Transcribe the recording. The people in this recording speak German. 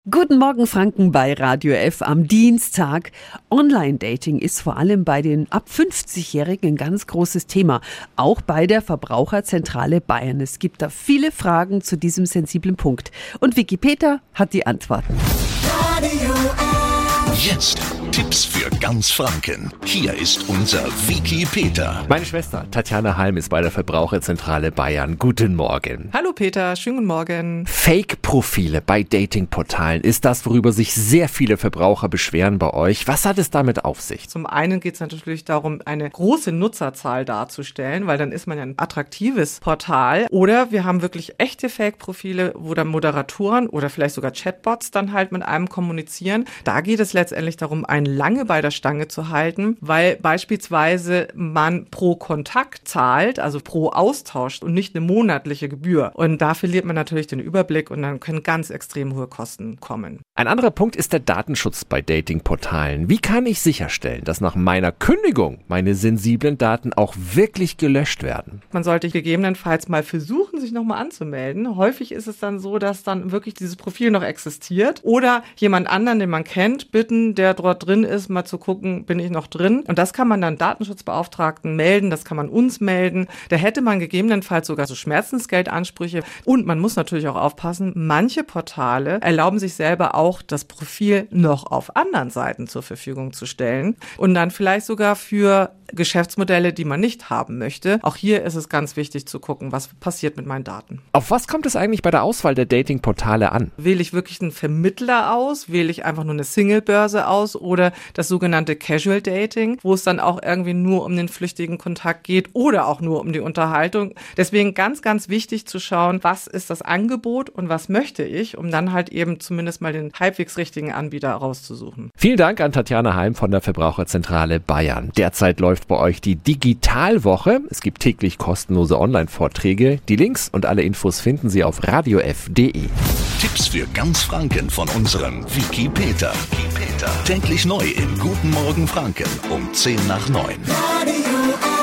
Guten Morgen Franken bei Radio F am Dienstag. Online-Dating ist vor allem bei den ab 50-Jährigen ein ganz großes Thema. Auch bei der Verbraucherzentrale Bayern. Es gibt da viele Fragen zu diesem sensiblen Punkt. Und Vicky Peter hat die Antworten. Radio F. Jetzt Tipps für ganz Franken. Hier ist unser Vicky Peter. Meine Schwester Tatjana Halm ist bei der Verbraucherzentrale Bayern. Guten Morgen. Hallo Peter, schönen guten Morgen. Fake-Profile bei Datingportalen ist das, worüber sich sehr viele Verbraucher beschweren bei euch. Was hat es damit auf sich? Zum einen geht es natürlich darum, eine große Nutzerzahl darzustellen, weil dann ist man ja ein attraktives Portal. Oder wir haben wirklich echte Fake-Profile, wo dann Moderatoren oder vielleicht sogar Chatbots dann halt mit einem kommunizieren. Da geht es letztendlich darum, einen lange bei der Stange zu halten, weil beispielsweise man pro Kontakt zahlt, also pro Austausch und nicht eine monatliche Gebühr. Und da verliert man natürlich den Überblick und dann können ganz extrem hohe Kosten kommen. Ein anderer Punkt ist der Datenschutz bei Datingportalen. Wie kann ich sicherstellen, dass nach meiner Kündigung meine sensiblen Daten auch wirklich gelöscht werden? Man sollte gegebenenfalls mal versuchen, sich nochmal anzumelden. Häufig ist es dann so, dass dann wirklich dieses Profil noch existiert oder jemand anderen, den man kennt, bitten, der dort drin ist, mal zu gucken, bin ich noch drin? Und das kann man dann Datenschutzbeauftragten melden, das kann man uns melden. Da hätte man gegebenenfalls sogar so Schmerzensgeldansprüche. Und man muss natürlich auch aufpassen, manche Portale erlauben sich selber auch, das Profil noch auf anderen Seiten zur Verfügung zu stellen und dann vielleicht sogar für Geschäftsmodelle, die man nicht haben möchte. Auch hier ist es ganz wichtig zu gucken, was passiert mit meinen Daten. Auf was kommt es eigentlich bei der Auswahl der Datingportale an? Wähle ich wirklich einen Vermittler aus? Wähle ich einfach nur eine Singlebörse aus oder das sogenannte Casual Dating, wo es dann auch irgendwie nur um den flüchtigen Kontakt geht oder auch nur um die Unterhaltung. Deswegen ganz, ganz wichtig zu schauen, was ist das Angebot und was möchte ich, um dann halt eben zumindest mal den halbwegs richtigen Anbieter rauszusuchen. Vielen Dank an Tatjana Halm von der Verbraucherzentrale Bayern. Derzeit läuft bei euch die Digitalwoche. Es gibt täglich kostenlose Online-Vorträge. Die Links und alle Infos finden Sie auf radiof.de. Tipps für ganz Franken von unserem Vicky Peter. Täglich neu im Guten Morgen Franken um 10 nach 9. Radio F.